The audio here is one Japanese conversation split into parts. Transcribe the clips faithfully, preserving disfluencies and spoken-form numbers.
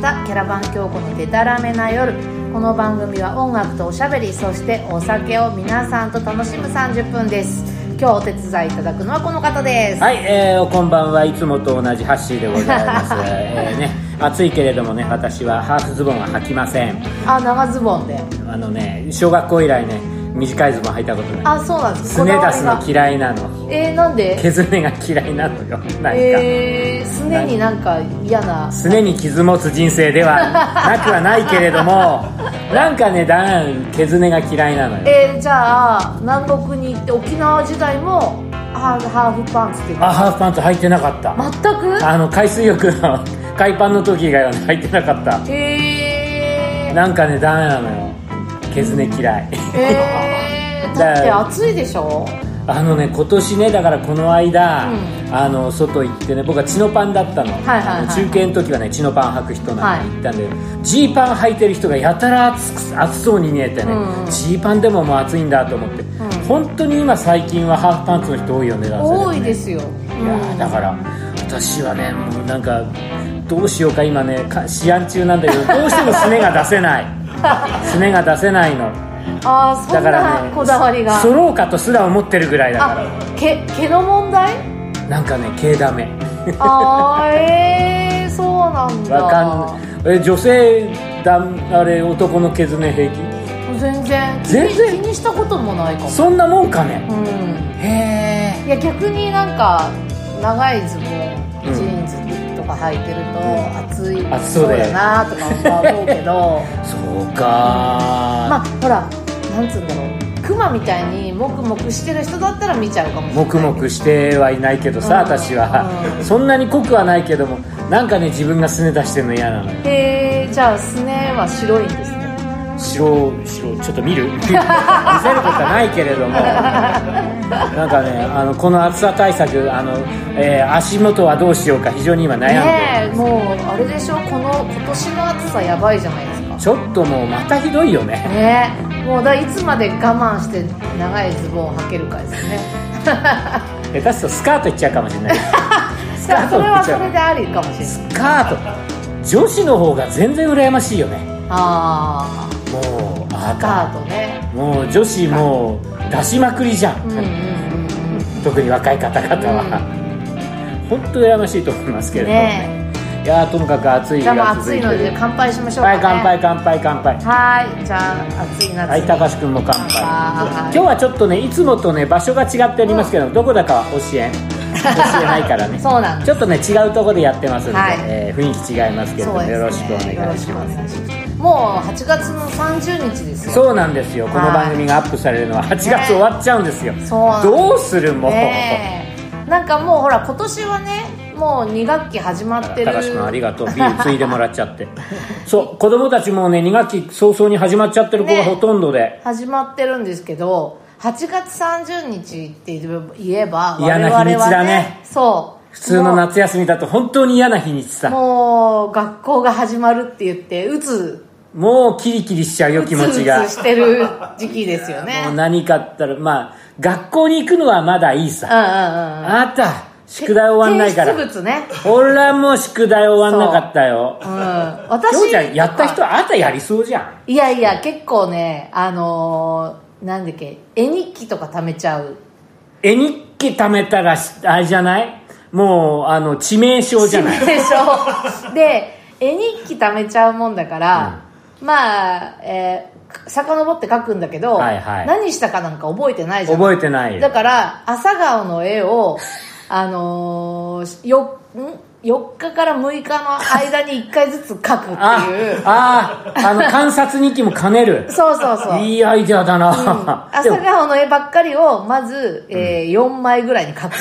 したキャラバン京子のデタラメな夜。この番組は音楽とおしゃべり、そしてお酒を皆さんと楽しむさんじゅっぷんです。今日お手伝いいただくのはこの方です。 はい、えー、こんばんはいつもと同じハッシーでございます、えーね、暑いけれどもね、私はハーフズボンは履きません。 あ、長ズボンで。あのね、小学校以来ね、短いズボン履いたことない。 あ、そうなんです。 すね出すの嫌いなの。 えー、なんで？ 毛すねが嫌いなのよ。なんか、 えー、すねになんか嫌な。 すねに傷持つ人生ではなくはないけれどもなんかね、だん毛すねが嫌いなのよ。 えー、じゃあ南国に行って沖縄時代もハーフ、ハーフパンツっていうか。 あ、ハーフパンツ履いてなかった。 全く？ あの海水浴の海パンの時以外は、ね、履いてなかった。 えー、 なんかね、ダメなのよ、毛すね嫌い。 えー、だって暑いでしょ。 あのね、今年ね、だからこの間、 うん、 あの外行ってね、僕はチノパンだったの、 はいはいはい、 中継の時はねチノパン履く人なんで行ったんで、 はい、 ジーパン履いてる人がやたら 暑, 暑そうに見えてね、うん、ジーパンでももう暑いんだと思って、うん、本当に今最近はハーフパンツの人多いよね。だね、 多いですよ。 いやだから私はね、もうなんかどうしようか今ね、試案中なんだけど、どうしてもすねが出せないすねが出せないの。 あ、そんなこだわりが。 揃うかとすら思ってるぐらいだから。 あ、毛、毛の問題？ なんかね、毛ダメ。 あー、えー、そうなんだ。 わかんえ女性だ、あれ男の毛爪平気？ 全然全然気にしたこともないかも。 そんなもんかね。 うん、 へえ。いや逆になんか長いズボン、ジーンズとか履いてると、うん、暑い暑そうだなとか思うけどそうか、 まあほらなんつうんだろう、クマみたいにモクモクしてる人だったら見ちゃうかもしれない。 モクモクしてはいないけどさ、うん、私は、うん、そんなに濃くはないけども、なんかね自分がすね出してるの嫌なのよ。 へえ、じゃあすねは白いんですね。 白白ちょっと見る見せることはないけれどもなんかね、あのこの暑さ対策、あの、えー、足元はどうしようか非常に今悩んでる。 ねえ、もうあれでしょ、この今年の暑さやばいじゃないですか。 ちょっともうまたひどいよね。 ねえ、もうだいつまで我慢して長いズボンを履けるかですね下手するとスカートいっちゃうかもしれないスカートそれはそれでありかもしれない。 スカート女子の方が全然羨ましいよね。 ああ、 もうスカートね、 もう女子もう出しまくりじゃん、うんうんうんうん、特に若い方々は、うん、本当羨ましいと思いますけれども ね, ねいやともかく暑い日が続いてる。 暑いので乾杯しましょうかね。 はい、乾杯乾杯乾杯。 はい、じゃあ暑い夏に、 はい、高橋くんも乾杯。今日はちょっとねいつもとね場所が違っておりますけど、うん、どこだかは教えん教えないからねそうなんです。 ちょっとね違うところでやってますので、はい、えー、雰囲気違いますけれども、ね、よろしくお願いします。 もうはちがつのさんじゅうにちですよ。 そうなんですよ。この番組がアップされるのははちがつ終わっちゃうんですよ、ね、 そうどうするもう、 ね、なんかもうほら今年はねもうにがっき始まってる。 高橋君ありがとう、ビールついでもらっちゃってそう子供たちもねにがっき早々に始まっちゃってる子がほとんどで、 ね、始まってるんですけど、はちがつさんじゅうにちって言えば嫌な日にちだね。 そう普通の夏休みだと本当に嫌な日にちさ。 もう学校が始まるって言ってうつもうキリキリしちゃうよ気持ちが。 うつうつしてる時期ですよね。 もう何かあったらまあ学校に行くのはまだいいさ、うんうんうん、あった宿題終わんないから。 提出物ね。 俺らも宿題終わんなかったよ。 うん。私今日じゃんやった人あなたやりそうじゃん。 いやいや結構ね、あのー、なんだっけ、絵日記とか貯めちゃう。 絵日記貯めたらあれじゃない？もうあの致命傷じゃない？ 致命傷で絵日記貯めちゃうもんだから、うん、まあ、えー、遡って書くんだけど、はいはい、何したかなんか覚えてないじゃん。 覚えてない。 だから朝顔の絵をあのー、よんよっかからむいかの間にいっかいずつ書くっていうああ、あの観察日記も兼ねるそうそうそう、 いいアイデアだな、うん、 朝顔の絵ばっかりをまず、えー、よんまいぐらいに書く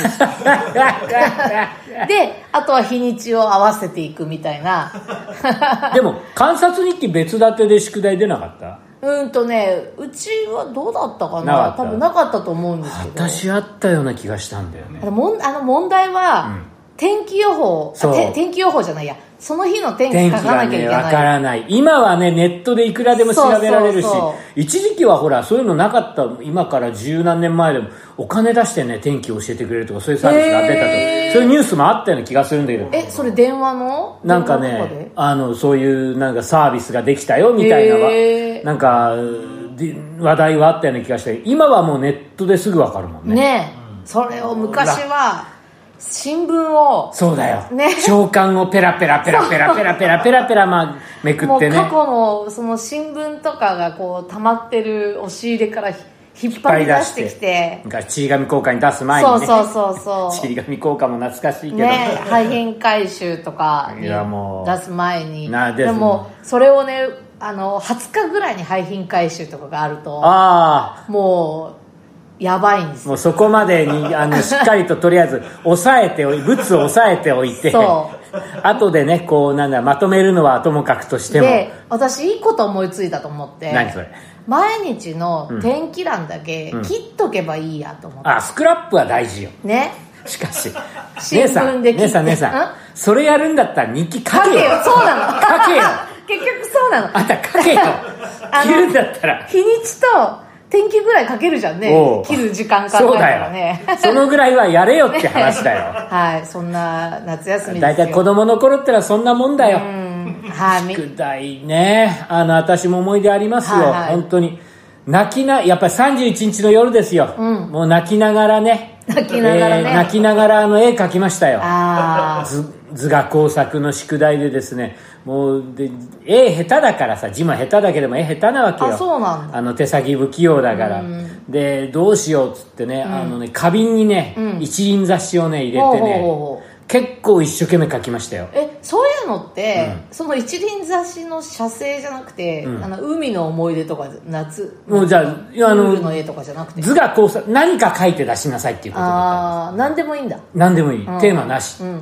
であとは日にちを合わせていくみたいなでも観察日記別立てで宿題出なかった？ うんとね、うちはどうだったかな、多分なかったと思うんですけど。 私あったような気がしたんだよね。 あの、もんあの問題は、 天気予報、 そうて天気予報じゃないや、その日の天気書かなきゃいけない。 天気がね、わからない。今はね、ネットでいくらでも調べられるし、そうそうそう、一時期はほら、そういうのなかった、今から十何年前でも、お金出してね、天気を教えてくれるとか、そういうサービスが出たとか、そういうニュースもあったような気がするんだけど。 え、それ電話のなんかね、あの、そういうなんかサービスができたよ、みたいな、なんか、話題はあったような気がして、今はもうネットですぐわかるもんね。 ねえ、うん、それを昔は、新聞をそうだよ、ね、朝刊をペラペラペラペラペラペラペラペラ、まあ、めくってね、 もう過去のその新聞とかがこう溜まってる押し入れから引っ張り出してきて、 昔ちり紙交換に出す前にね、 そうそうそうそうちり紙交換も懐かしいけどね、廃品回収とかに出す前にでもそれをね、あのはつかぐらいに廃品回収とかがあると、あもうやばいんですよ。 もうそこまでにあのしっかりととりあえず抑えておい物を抑えておいて、そう後でねこうなんだまとめるのはともかくとしても、 で私いいこと思いついたと思って、 何それ、 毎日の天気欄だけ切っとけばいいやと思って、 うんうん、あスクラップは大事よね。 しかし新聞で切って姉さん姉さん姉さんそれやるんだったら日記書けよ。 書けよ、そうなの書けよ結局そうなの、 あんた書けよ切るんだったら日にちと天気ぐらいかけるじゃんね、切る時間考えたらね。 そのぐらいはやれよって話だよはい、そんな夏休みですよ。 だいたい子供の頃ってのはそんなもんだよ。 うん、はい、 宿題ね、あの私も思い出ありますよ、はいはい、本当に泣きなやっぱりさんじゅういちにちの夜ですよ、うん、もう泣きながらね泣きながらね、 えー、泣きながらあの絵描きましたよ。 あ図図画工作の宿題でですね、もうで絵下手だからさ、字も下手だけども絵下手なわけよ。 あ、そうなんだ。 あの手先不器用だから、うん、でどうしようっつってね、うん、あのね花瓶にね、うん、一輪挿しをね入れてね、ほうほうほう、結構一生懸命描きましたよ。 え、そういうのって、うん、その一輪挿しの写生じゃなくて、うん、あの海の思い出とか夏もうじゃああのの絵とかじゃなくて図画工作何か描いて出しなさいっていうことだったんです。 ああ、何でもいいんだ。 何でもいい、うん、テーマなし、 うんうん、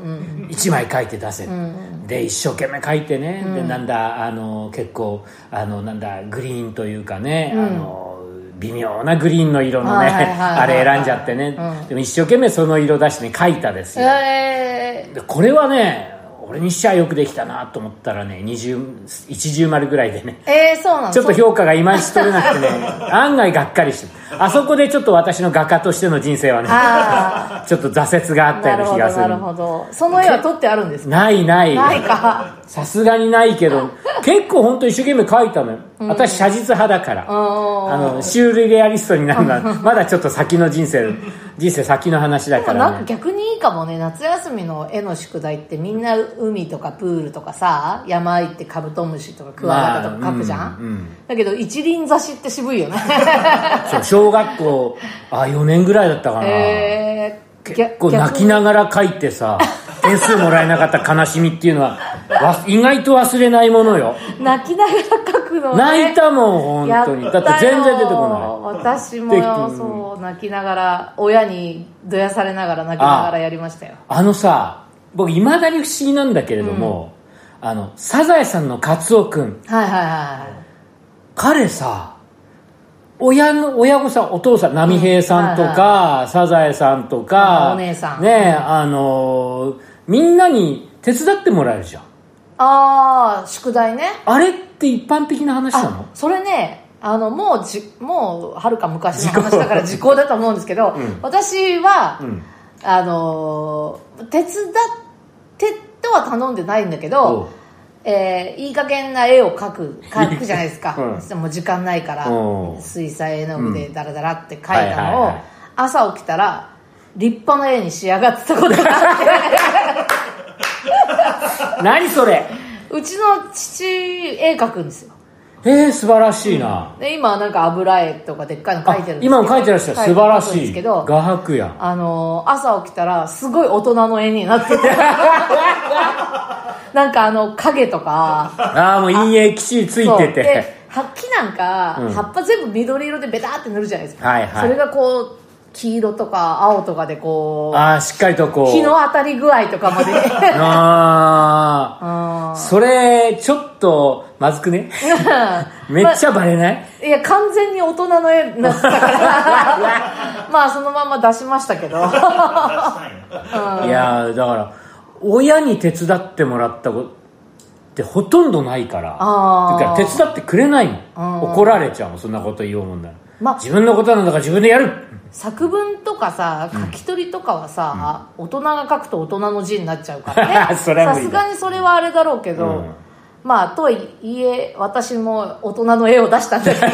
いちまい描いて出せ、うんうん、で一生懸命描いてね、うん、でなんだあの結構あのなんだグリーンというかね、うん、あの微妙なグリーンの色のね、あれ選んじゃってね、うん、でも一生懸命その色出してね描いたですよ、えー、でこれはね俺にしちゃよくできたなと思ったらね、にじゅう一重丸ぐらいでね、 えー、そうなの、 ちょっと評価がいまいち取れなくてね案外がっかりして、あそこでちょっと私の画家としての人生はねちょっと挫折があったような気がする。 なるほどなるほど。その絵は撮ってあるんですか？ ないないないか、 さすがにないけど結構本当一生懸命描いたのよ、うん、私写実派だから、あのシュールレアリストになるのはまだちょっと先の人生人生先の話だから、ね、 なんか逆にいいかもね。夏休みの絵の宿題ってみんな海とかプールとかさ、山行ってカブトムシとかクワガタとか描くじゃん、まあうんうん、だけど一輪挿しって渋いよねそう小学校あよねんぐらいだったかな、えー、結構泣きながら描いてさ点数もらえなかった悲しみっていうのは意外と忘れないものよ。 泣きながら描くのね。 泣いたもん本当に。だって全然出てこない。 私もそう泣きながら親にどやされながら泣きながらやりましたよ。 あ, あのさ僕いまだに不思議なんだけれども、うん、あのサザエさんのカツオくん、 はいはいはい、 彼さ親の親御さんお父さん波平さんとか、うんはいはい、サザエさんとかお姉さんね、うん、あのみんなに手伝ってもらえるじゃん。 ああ宿題ね。 あれって一般的な話なの？ それねあのもうじもうはるか昔の話だから時効だと思うんですけど、うん、私は、うん、あの手伝ってとは頼んでないんだけど、えー、いい加減な絵を描く描くじゃないですか、うん、もう時間ないから水彩絵の具でダラダラって描いたのを朝起きたら立派な絵に仕上がってたことがあって何それ。 うちの父絵描くんですよ。 えー、素晴らしいな、 うん、で今なんか油絵とかでっかいの描いてるんですけど、 今も描いてらっしゃる。素晴らしい画伯やん。 あの朝起きたらすごい大人の絵になっててなんかあの影とかああもう陰影きっちりついてて、 で木なんか、うん、葉っぱ全部緑色でベターって塗るじゃないですか、 はいはい、 それがこう黄色とか青とかでこうあしっかりとこう日の当たり具合とかまでああそれちょっとまずくねめっちゃバレない、 ま、いや完全に大人の絵になったからまあそのまま出しましたけど、うん、 いやだから親に手伝ってもらったことってほとんどないからあだから手伝ってくれないの怒られちゃうもんそんなこと言おうもんなら、ま、自分のことなんだから自分でやる作文とかさ書き取りとかはさ、うん、大人が書くと大人の字になっちゃうからねさすがにそれはあれだろうけど、うんまあとはいえ私も大人の絵を出したんだけど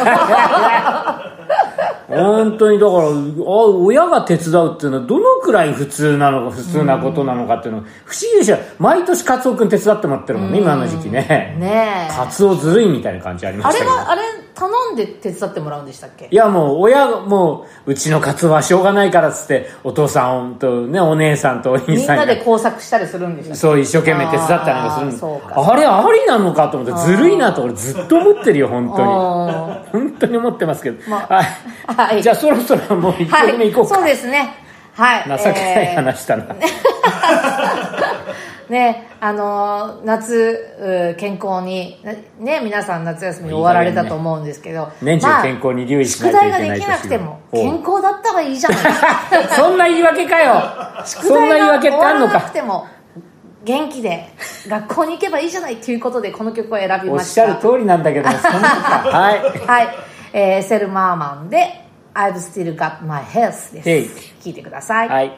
本当にだからあ親が手伝うっていうのはどのくらい普通なのか普通なことなのかっていうの不思議でしょ毎年カツオくん手伝ってもらってるもんね今の時期ねねカツオずるいみたいな感じありましたけどあれはあれ頼んで手伝ってもらうんでしたっけいやもう親もううちのカツオはしょうがないからっつってお父さんとねお姉さんとお兄さんみんなで工作したりするんでしょそう一生懸命手伝ったりとかするんですあれありなのかと思ってずるいなと俺ずっと思ってるよ本当に本当に思ってますけど、まあはい、じゃあそろそろもういっこめいこうか、 はい、そうですねはい情けない話したな、えー、ねあの夏健康にね皆さん夏休み終わられたと思うんですけど、 ね、年中健康に留意しないといけない、 まあ、宿題ができなくても健康だったらいいじゃないそんな言い訳かよ宿題が終わらなくても元気で学校に行けばいいじゃないということでこの曲を選びました。 おっしゃる通りなんだけどそんなはい、 はいえー、セル・マーマンで I've still got my health です。聞いてください。はい。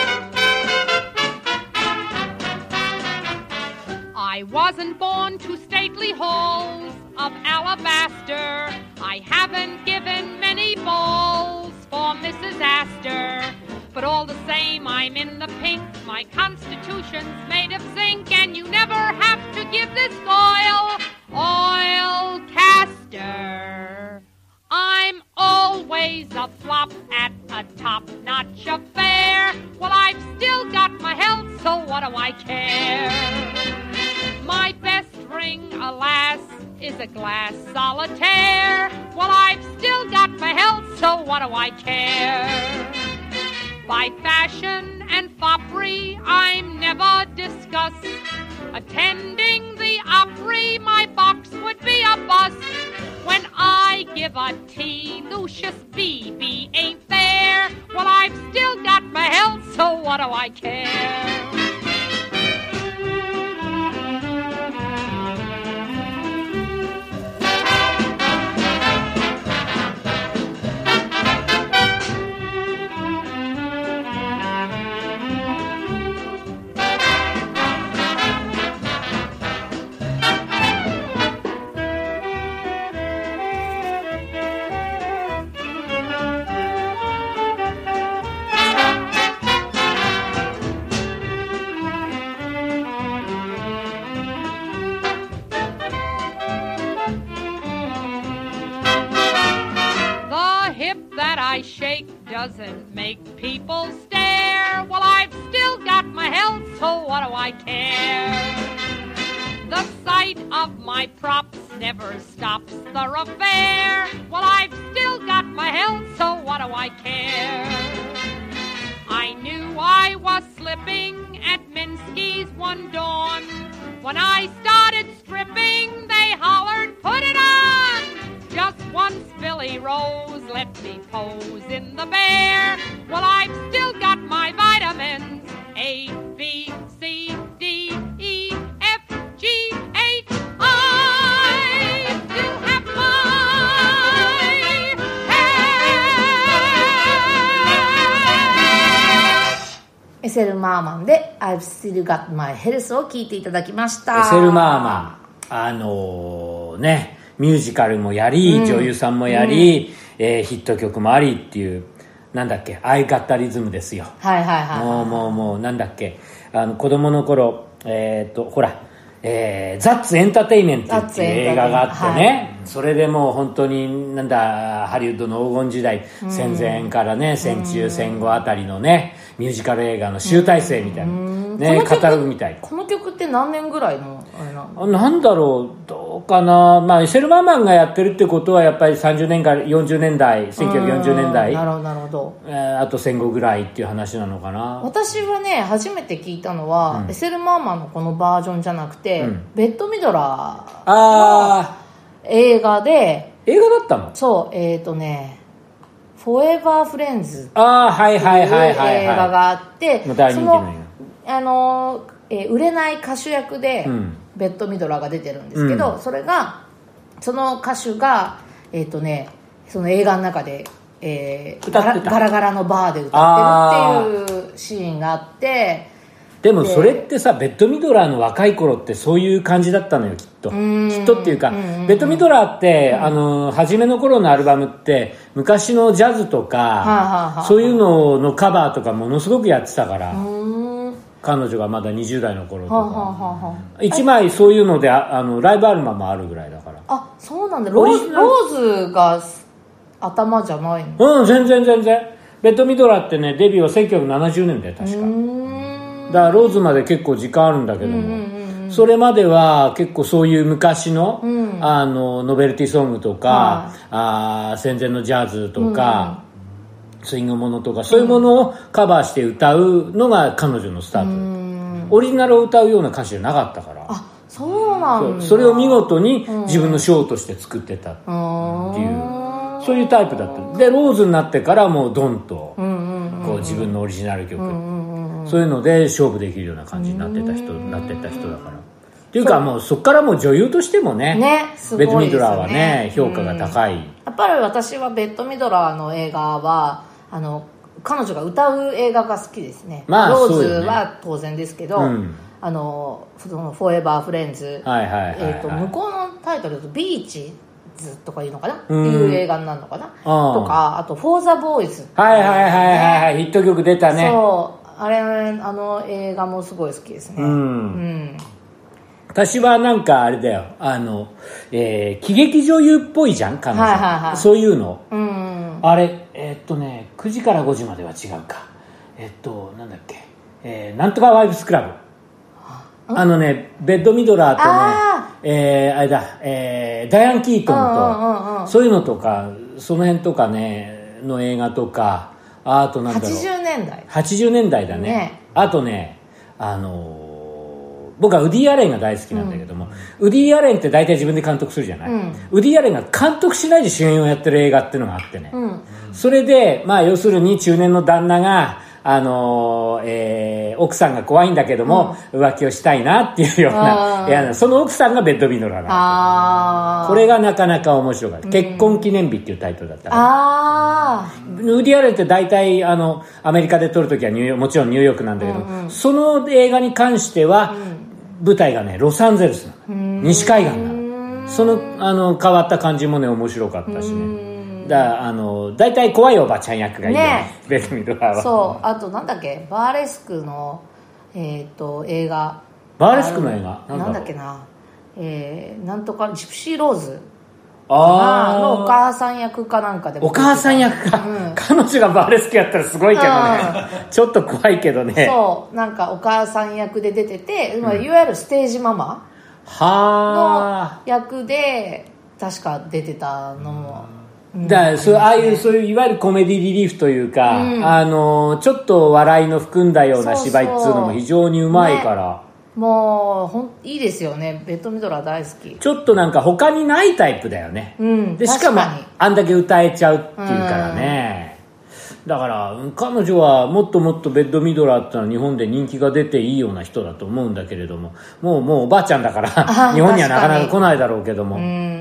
I wasn't born to stately halls of alabaster. I haven't given many balls for Missus Astor.But all the same, I'm in the pink. My constitution's made of zinc, and you never have to give this oil, oil castor. I'm always a flop at a top-notch affair. Well, I've still got my health, so what do I care? My best ring, alas, is a glass solitaire. Well, I've still got my health, so what do I care?By fashion and foppery, I'm never discussed. Attending the Opry, my box would be a bust. When I give a tea, Lucius B B ain't there. Well, I've still got my health, so what do I care?Doesn't make people stare. Well, I've still got my health, so what do I care? The sight of my props never stops the affair. Well, I've still got my health, so what do I care? I knew I was slipping at Minsky's one dawn. When I started stripping, they hollered, put it on!Just once Billy Rose let me pose in the bear. Well, I've still got my vitamins A, B, C, D, E, F, G, H. I still have my health. エセル・マーマンで I've still got my health を聞いていただきました。 エセル・マーマンあのー、ねミュージカルもやり、うん、女優さんもやり、うんえー、ヒット曲もありっていうなんだっけアイガッタリズムですよ。 はいはいはい、はい、 もうもうもうなんだっけあの子供の頃えー、っとほら、えー、ザッツエンターテイメントっていう映画があってね、はい、それでもう本当になんだハリウッドの黄金時代、うん、戦前からね戦中戦後あたりのねミュージカル映画の集大成みたいな、うんね、カタログみたい。 この曲って何年ぐらいのあれなの？ なんだろうどうかな、まあ、エセル・マーマンがやってるってことはやっぱりさんじゅうねんからよんじゅうねんだいせんきゅうひゃくよんじゅうねんだいなるほどなるほど、 えー、あと戦後ぐらいっていう話なのかな。 私はね初めて聞いたのは、うん、エセル・マーマンのこのバージョンじゃなくて、うん、ベッド・ミドラーの映画で映画だったの？ そうえっ、ー、とねフォーエバー・フレンズっていう映画があって、 大人気のあのえー、売れない歌手役でベッド・ミドラーが出てるんですけど、うん、それがその歌手がえっ、ー、とねその映画の中で、えー、 歌ってたガラガラのバーで歌ってるっていうシーンがあって、 でもそれってさ、ベッド・ミドラーの若い頃ってそういう感じだったのよ、きっと。きっとっていうか、ベッド・ミドラーって、あの初めの頃のアルバムって昔のジャズとか、はあはあ、そういうののカバーとかものすごくやってたから、彼女がまだにじゅう代の頃とか、はあはあはあ、いちまいそういうのであのライブアルバムもあるぐらいだから。 あ、そうなんだ。ローズ、ローズが頭じゃないの？ うん、全然全然。ベッド・ミドラーってね、デビューはせんきゅうひゃくななじゅうねんだよ、確か。だからローズまで結構時間あるんだけども、うんうんうん、それまでは結構そういう昔の、うん、あのノベルティソングとか、はい、あ戦前のジャズとか、うん、スイングものとかそういうものをカバーして歌うのが彼女のスタート、うん、オリジナルを歌うような歌手じゃなかったから。 あ、そうなんだ。 そ, それを見事に自分のショーとして作ってたっていう、うん、そういうタイプだった。でローズになってからもうドンと、うんうんうん、こう自分のオリジナル曲、うんうんうん、そういうので勝負できるような感じになってた人なってた人だから。っていうかもうそこからもう女優としても ね, ねすごいですよね。 ベッド・ミドラーはね評価が高い、うん、 やっぱり私はベッド・ミドラーの映画はあの彼女が歌う映画が好きですね、まあ、ローズは当然ですけど、うん、あのフォーエバー・フレンズ、はいはいはいはい、えーと、向こうのタイトルだとビーチズとかいうのかな、うん、っていう映画になるのかな、とかあとフォー・ザ・ボーイズ、 はいはいはいはいはい、ヒット曲出たね。 そうあれあの映画もすごい好きですね、うん、うん、 私はなんかあれだよ、あの、えー、喜劇女優っぽいじゃん彼女、はいはいはい、そういうの、うん、あれえー、っとねくじからごじまでは違うか、えー、っとなんだっけ、えー、なんとかワイフスクラブ、あのねベッド・ミドラーとねあ,、えー、あれだ、えー、ダイアン・キートンと、うんうんうん、そういうのとかその辺とかねの映画とか、あとなんだろうはちじゅうねんだいはちじゅうねんだいだ ね, ねあとねあのー僕はウディ・アレンが大好きなんだけども、うん、ウディ・アレンって大体自分で監督するじゃない、うん、ウディ・アレンが監督しないで主演をやってる映画っていうのがあってね、うん、それでまあ要するに中年の旦那があのーえー、奥さんが怖いんだけども、うん、浮気をしたいなっていうような、いやその奥さんがベッド・ミドラーなんで、これがなかなか面白かった、うん、結婚記念日っていうタイトルだったから、あウディ・アレンって大体あのアメリカで撮るときはニューヨークもちろんニューヨークなんだけど、うんうん、その映画に関しては、うん、舞台がねロサンゼルスなの、西海岸なの、その、あの変わった感じもね面白かったしね、だあの大体怖いおばちゃん役がいいよね、ねベッド・ミドラーは。そうあとなんだっけバーレスクの、えー、と映画バーレスクの映画なんだっけな、えー、なんとかジプシー・ローズあのお母さん役かなんかでもお母さん役か、うん、彼女がバーレスクやったらすごいけどねちょっと怖いけどね。 そうなんかお母さん役で出てて、うん、いわゆるステージママの役で確か出てたのも、 だからそうああいうそういういわゆるコメディリリーフというか、うん、あのちょっと笑いの含んだような芝居っつうのも非常にうまいから、ね、 もうほんいいですよね。ベッド・ミドラー大好き。 ちょっとなんか他にないタイプだよね、うん、でしかもあんだけ歌えちゃうっていうからね、うん、だから彼女はもっともっとベッド・ミドラーってのは日本で人気が出ていいような人だと思うんだけれども、もうもうおばあちゃんだから日本にはなかなか来ないだろうけども、うん、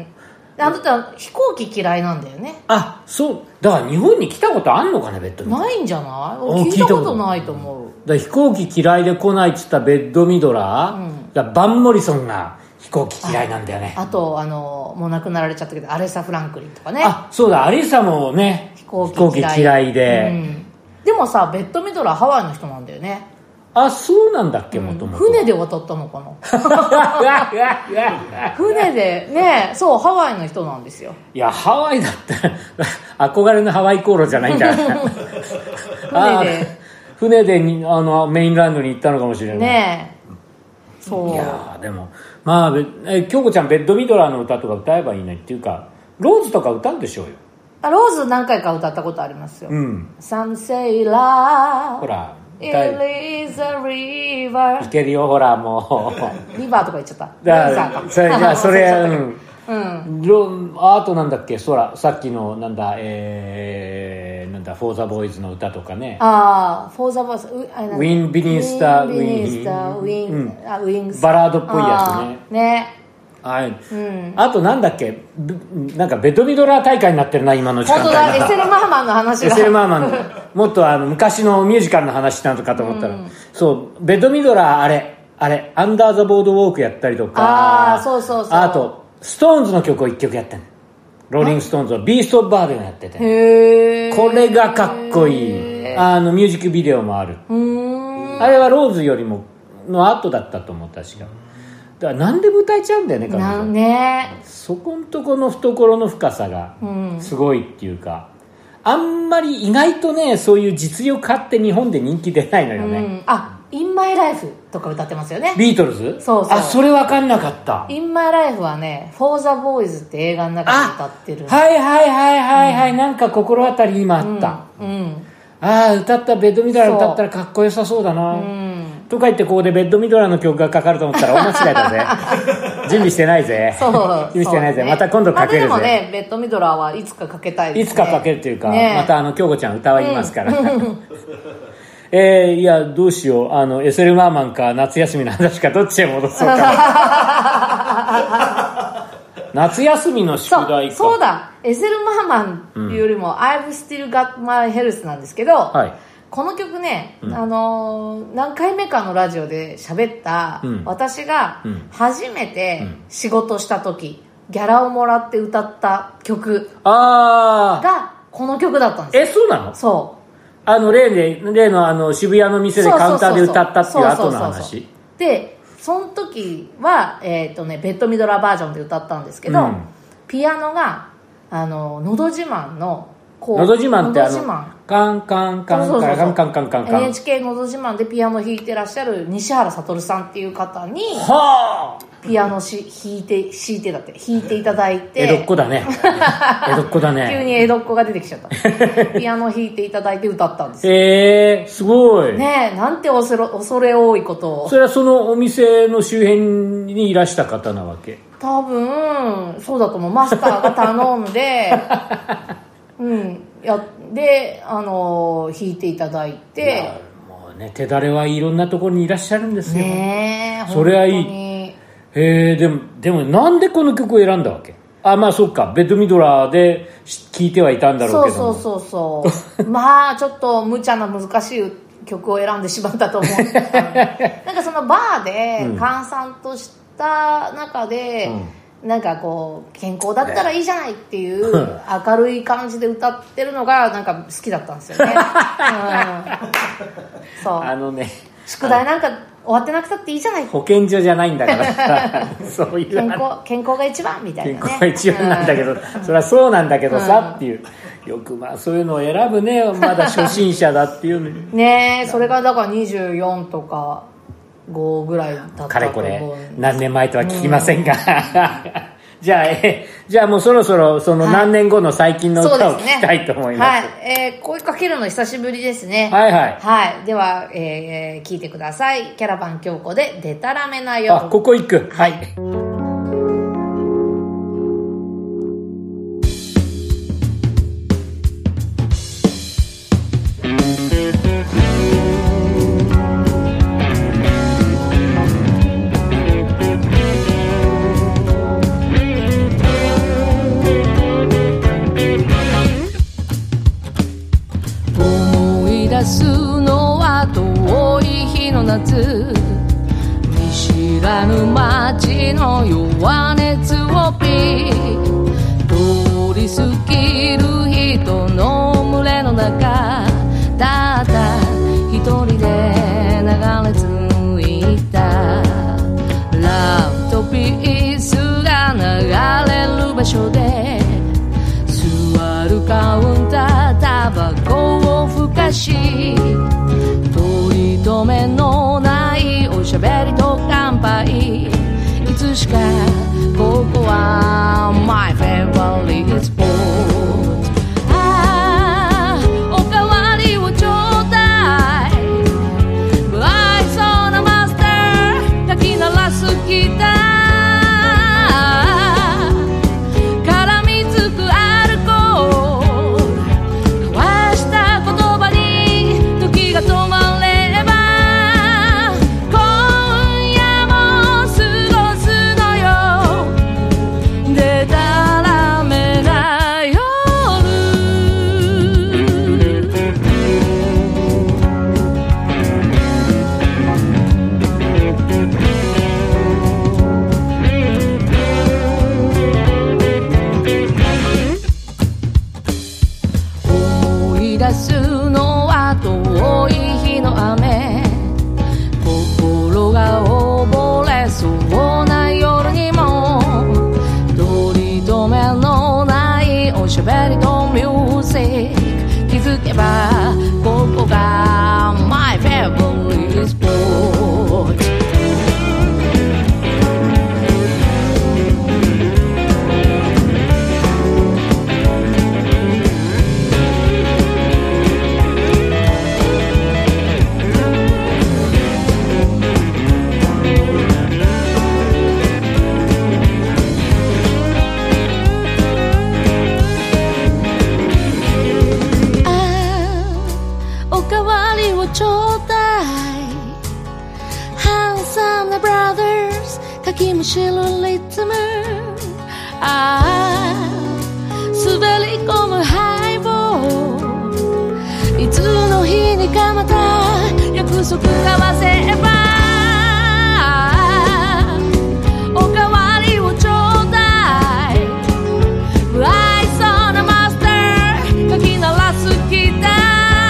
あなた飛行機嫌いなんだよね。 あ、そうだから日本に来たことあんのかねベッド・ミドラー。 ないんじゃない聞いたことないと思う。 だ飛行機嫌いで来ないっつったベッド・ミドラー、うん、だバン・モリソンが飛行機嫌いなんだよね。 あ, あとあのもう亡くなられちゃったけどアレサ・フランクリンとかね。 あ、そうだアレサもね飛行機嫌い, 嫌いで、うん、 でもさベッド・ミドラーハワイの人なんだよね。 あ、そうなんだっけ、もともと船で渡ったのかな船でね、そうハワイの人なんですよ。 いやハワイだったら憧れのハワイ航路じゃないんじゃない船で船でにあのメインランドに行ったのかもしれないね。そういやでもまあえ京子ちゃんベッド・ミドラーの歌とか歌えばいいねっていうかローズとか歌うんでしょうよ。 あローズ何回か歌ったことありますよ、うん、Some say love ほら It is a river いけるよほらもうリバーとか言っちゃっただそれじゃそれうん、うん、あとなんだっけそらさっきのなんだええー、なんだフォーザボーイズの歌とかね。 ああフォーザボーイズウィンビニースターウィンバラードっぽいやつね。 ね。 はい、うん、あとなんだっけ、なんかベトミドラー大会になってるな今の時間帯。 本当だ、エセルマーマンの話が。 エセルマーマンのもっとあの昔のミュージカルの話なのかと思ったら、うん、そうベトミドラーあれあれアンダーザボードウォークやったりとか、 ああそうそうそう、 あとストーンズの曲をいっきょくやってる、ローリングストーンズをビーストオブバーデンをやってて、 へー、 これがかっこいい。あのミュージックビデオもある。うーん、あれはローズよりもの後だったと思ったしか。だから何でも歌えちゃうんだよね、彼女ね。 そこんとこの懐の深さがすごいっていうか、うん、あんまり意外とねそういう実力派って日本で人気出ないのよね、うん、 あ、インマイライフとか歌ってますよね、 ビートルズ。 そうそう、 あ、それ分かんなかった。 インマイライフはねフォーザボーイズって映画の中で歌ってる。 はいはいはいはいはい、うん、なんか心当たり今あった、うん、うん、ああ歌ったベッドミドラー歌ったらかっこよさそうだな、うん、とか言ってここでベッドミドラーの曲がかかると思ったら大間違いだぜ準備してないぜ。 そう準備してないぜ、ね、また今度かけるぜ。 まあ、でもねベッドミドラーはいつかかけたいですね。 いつかかけるっていうか、ね、またあの京子ちゃん歌はいますから、うん、えー、いやどうしよう、あのエセルマーマンか夏休みの話かどっちへ戻そうか夏休みの宿題か。 そう、そうだ、エセルマーマンよりも、うん、I've still got my health なんですけど、はい、この曲ね、うん、あのー、何回目かのラジオで喋った、うん、私が初めて仕事した時、うん、ギャラをもらって歌った曲がこの曲だったんですよ。 え、そうなの？ そう。 あの例で例のあの渋谷の店でカウンターで歌ったっていう後の話で、その時は、えーとね、ベッドミドラーバージョンで歌ったんですけど、うん、ピアノがあののど自慢のこうのど自慢ってあのカンカンカンカンカンカンカンカンエヌエイチケー のど自慢でピアノ弾いてらっしゃる西原悟さんっていう方にピアノし弾いて弾いてだって弾いていただいて、 江戸っ子だね江戸っ子だね急に江戸っ子が出てきちゃったピアノ弾いていただいて歌ったんですよ。 えー、すごいねえ、なんて恐れ、恐れ多いことを。 それはそのお店の周辺にいらした方なわけ？ 多分そうだと思う。マスターが頼んでうんやで、あの弾いていただいて。いやもうね、手だれはいろんなところにいらっしゃるんですよね。 それはいい。へえ、でもでもなんでこの曲を選んだわけ？あ、まあそっか、ベッドミドラーで聴いてはいたんだろうけども。 そうそうそうそうまあちょっと無茶な難しい曲を選んでしまったと思うなんかそのバーで閑散とした中で、うん、なんかこう健康だったらいいじゃないっていう明るい感じで歌ってるのがなんか好きだったんですよね、うん、そうあのね、 宿題なんか終わってなくたっていいじゃない、 保健所じゃないんだからそういう健康、健康が一番みたいなね。 健康が一番なんだけど、うん、それはそうなんだけどさ、うん、っていう、よくまあそういうのを選ぶね、まだ初心者だっていうのにねえ、それがだからにじゅうよんとかごぐらいだったと思う。 かれこれ何年前とは聞きませんが、うんじゃあ、えー、じゃあもうそろそろその何年後の最近の歌を聞きたいと思います。 はい、はい、えー、声かけるの久しぶりですね。 はいはい。 はい。では、えー、聞いてください。キャラバン京子でデタラメな夜。 あ、ここ行く。はい。 見知らぬ街の弱熱をピ通り過ぎる人の群れの中、たった一人で流れ着いたラブとピースが流れる場所で座るカウンター、タバコをふかし取り留めのないおしゃべりと乾杯、いつしかここは My favorite spot。 ああ、おかわりをちょうだい、不愛想なマスターかき鳴らすギター、絡みつくアルコール交わしとめのないおしゃべりとミュージック、気づけばここが My favorite sport。ちょうだいハンサムなブラザーズかきむしるリズム、ああ滑り込むハイボール、いつの日にかまた約束交わせばおかわりをちょうだい、不愛想なマスターかき鳴らすギター、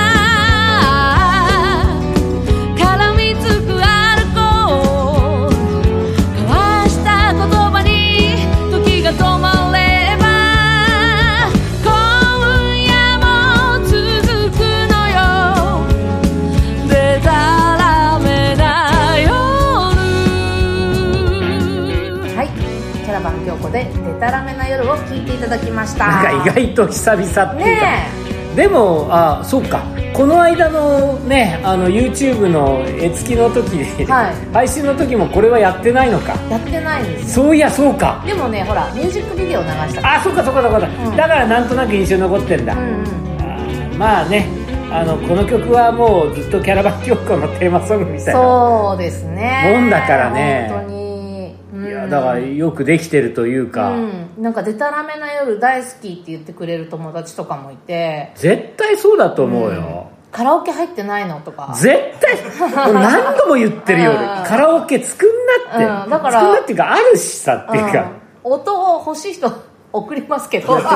でデタラメな夜を聞いていただきました。 なんか意外と久々っていうか、 ね、 でもあそうか、この間のねあの YouTube の絵付きの時で、はい、配信の時もこれはやってないのか。 やってないんですよ。 そういやそうか。 でもねほらミュージックビデオ流した。 あそうかそうかそうか、うん、だからなんとなく印象残ってんだ、うんうん、あまあねあのこの曲はもうずっとキャラバン教皇のテーマソングみたいなそうですねもんだからね。 本当にだからよくできてるというか、 うん、なんかデタラメな夜大好きって言ってくれる友達とかもいて、 絶対そうだと思うよ、うん、 カラオケ入ってないのとか絶対何度も言ってるよカラオケ作んなって、うん、だから作んなっていうかあるしさっていうか、 うん、音を欲しい人送りますけどね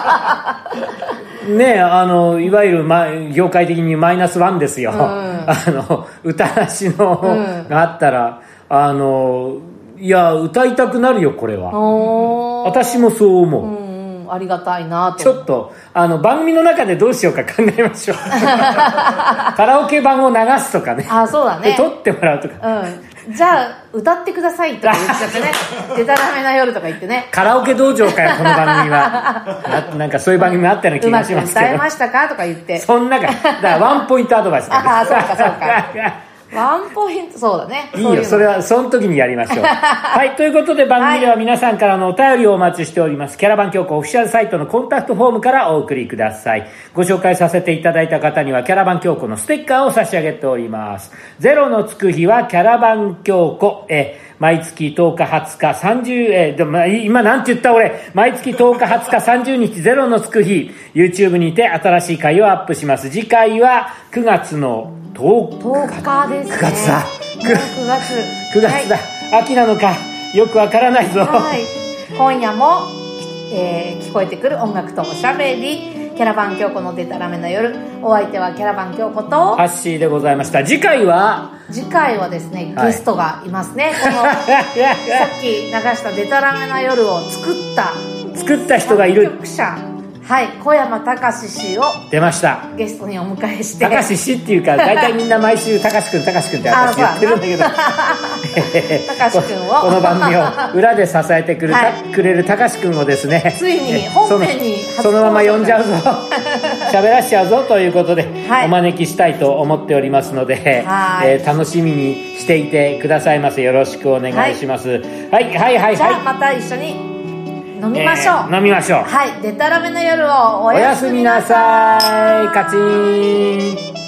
えあのいわゆる、ま、業界的にマイナスワンですよ、うん、あの歌なしの、うん、があったらあのいや歌いたくなるよこれは。私もそう思う、 うん、ありがたいなと。 ちょっとあの番組の中でどうしようか考えましょうカラオケ版を流すとかね。 あそうだね。 で撮ってもらうとか、 うん、じゃあ歌ってくださいとか言っちゃってねデタラメな夜とか言ってねカラオケ道場かよこの番組はな, なんかそういう番組あったような気がしますけど、うまく歌えましたかとか言ってそんなかだからワンポイントアドバイスああそうかそうかワンポイントそうだね。 いいよ そ, それはその時にやりましょうはいということで番組では皆さんからのお便りをお待ちしております、はい、キャラバン教皇オフィシャルサイトのコンタクトフォームからお送りください。ご紹介させていただいた方にはキャラバン教皇のステッカーを差し上げております。ゼロのつく日はキャラバン教皇え毎月とおかはつかさんじゅうえでも今なんて言った俺毎月とおかはつかさんじゅうにちゼロのつく日 YouTube にて新しい回をアップします。次回はくがつのとおかですね。 くがつだくがつくがつだ、はい、秋なのかよくわからないぞ、 はい、今夜も、えー、聞こえてくる音楽とおしゃべりキャラバン京子のデタラメな夜、お相手はキャラバン京子とハッシーでございました。次回は次回はですねゲストがいますね、はい、このさっき流したデタラメな夜を作った作った人がいる作曲者はい、小山隆氏を出ましたゲストにお迎えして隆氏っていうか大体みんな毎週隆くん隆くんって私言ってるんだけど隆くんをこの番組を裏で支えてくれる、はい、くれる隆くんをですねついに本編にその、そのまま呼んじゃうぞ喋らしちゃうぞということで、はい、お招きしたいと思っておりますので、はいえー、楽しみにしていてくださいませ。よろしくお願いします、はい、はいはいはいじゃあまた一緒に飲みましょう、えー、飲みましょう。 はい、デタラメな夜をおやすみなさい。カチーン。